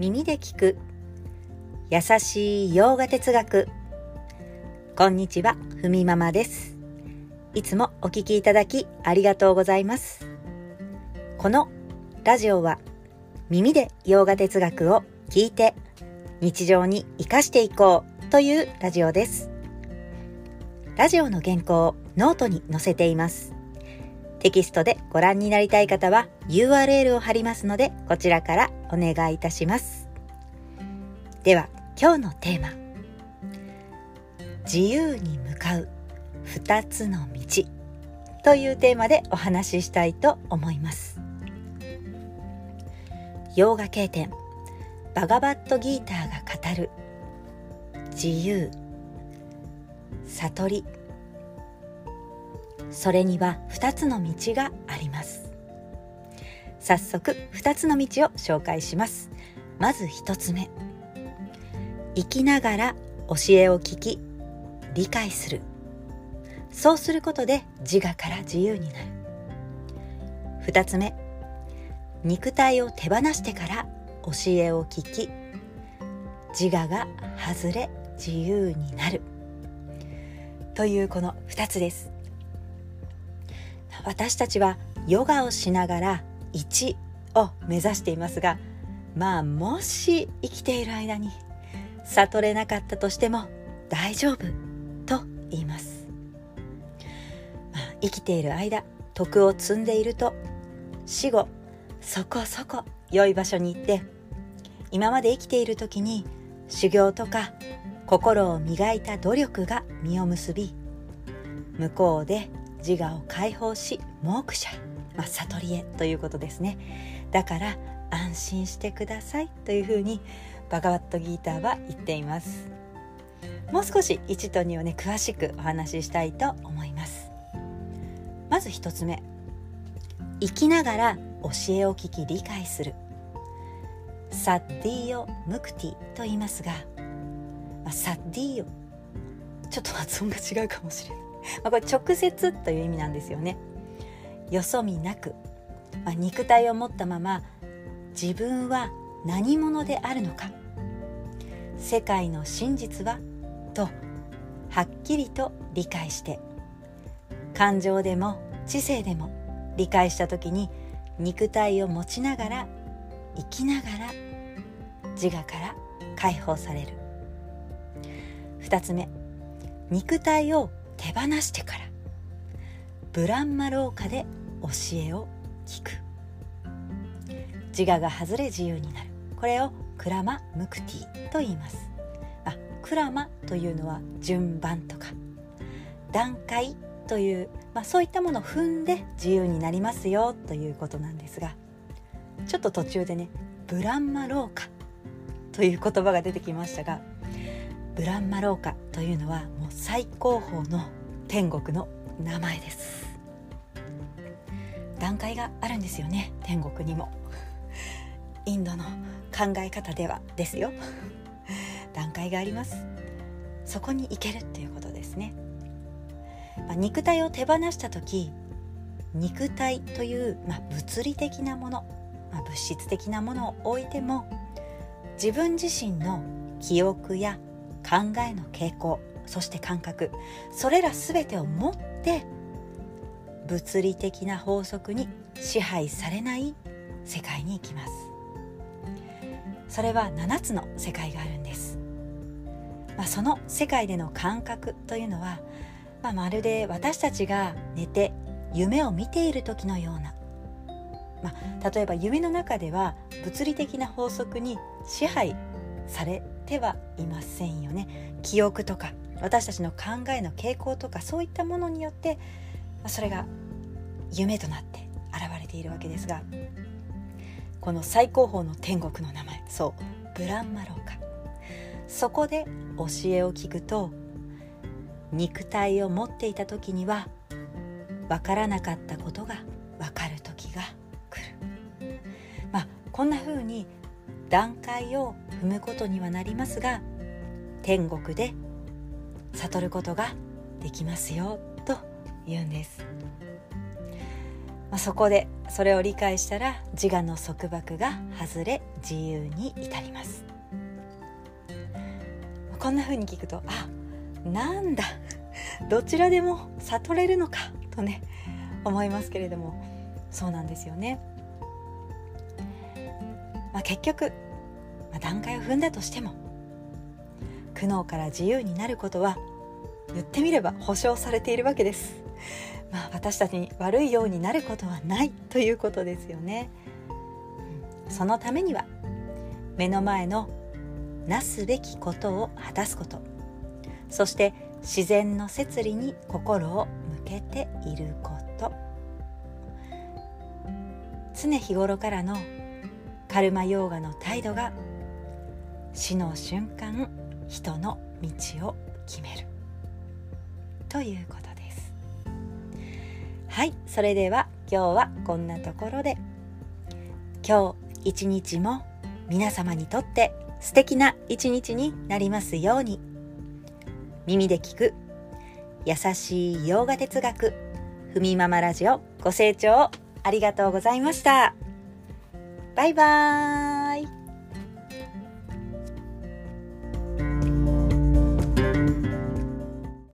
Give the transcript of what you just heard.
耳で聞く優しい洋画哲学。こんにちは、ふみママです。いつもお聞きいただきありがとうございます。このラジオは耳で洋画哲学を聞いて日常に生かしていこうというラジオです。ラジオの原稿をノートに載せています。テキストでご覧になりたい方は URL を貼りますので、こちらからお願いいたします。では今日のテーマ、自由に向かう2つの道というテーマでお話ししたいと思います。ヨーガ経典バガバットギーターが語る自由、悟り、それには2つの道があります。早速2つの道を紹介します。まず1つ目、生きながら教えを聞き理解する。そうすることで自我から自由になる。2つ目、肉体を手放してから教えを聞き自我が外れ自由になるというこの2つです。私たちはヨガをしながら1を目指していますが、もし生きている間に悟れなかったとしても大丈夫と言います。生きている間徳を積んでいると、死後そこそこ良い場所に行って、今まで生きている時に修行とか心を磨いた努力が実を結び、向こうで自我を解放しモークシャ、悟りへということですね。だから安心してくださいというふうにバガバットギーターは言っています。もう少し1と2を詳しくお話ししたいと思います。まず1つ目、生きながら教えを聞き理解する。サッディオ・ムクティと言いますが、サッディオ、ちょっと発音が違うかもしれない。これ直接という意味なんですよね。よそ見なく、肉体を持ったまま自分は何者であるのか、世界の真実はとはっきりと理解して、感情でも知性でも理解したときに肉体を持ちながら生きながら自我から解放される。2つ目、肉体を手放してからブランマローカで教えを聞く。自我が外れ自由になる。これをクラマムクティと言います。クラマというのは順番とか段階という、そういったものを踏んで自由になりますよということなんですが、ちょっと途中でブランマローカという言葉が出てきましたが、ブランマローカというのはもう最高峰の天国の名前です。段階があるんですよね、天国にも。インドの考え方ではですよ。段階があります。そこに行けるっていうことですね。肉体を手放した時、肉体という、物理的なもの、物質的なものを置いても、自分自身の記憶や考えの傾向、そして感覚、それら全てを持って物理的な法則に支配されない世界に行きます。それは7つの世界があるんです。その世界での感覚というのは、まるで私たちが寝て夢を見ている時のような、例えば夢の中では物理的な法則に支配されてはいませんよね。記憶とか私たちの考えの傾向とか、そういったものによってそれが夢となって現れているわけですが、この最高峰の天国の名前、そうブランマローカ、そこで教えを聞くと、肉体を持っていた時には分からなかったことが分かる時が来る。こんな風に段階を踏むことにはなりますが、天国で悟ることができますよと言うんです。 そこでそれを理解したら自我の束縛が外れ自由に至ります。こんな風に聞くと、なんだどちらでも悟れるのかとね思いますけれども、そうなんですよね。結局、段階を踏んだとしても苦悩から自由になることは言ってみれば保証されているわけです。私たちに悪いようになることはないということですよね。そのためには目の前のなすべきことを果たすこと、そして自然の摂理に心を向けていること、常日頃からのカルマヨーガの態度が死の瞬間人の道を決めるということです。はい、それでは今日はこんなところで、今日一日も皆様にとって素敵な一日になりますように。耳で聞く優しいヨーガ哲学、ふみママラジオご清聴ありがとうございました。バイバーイ。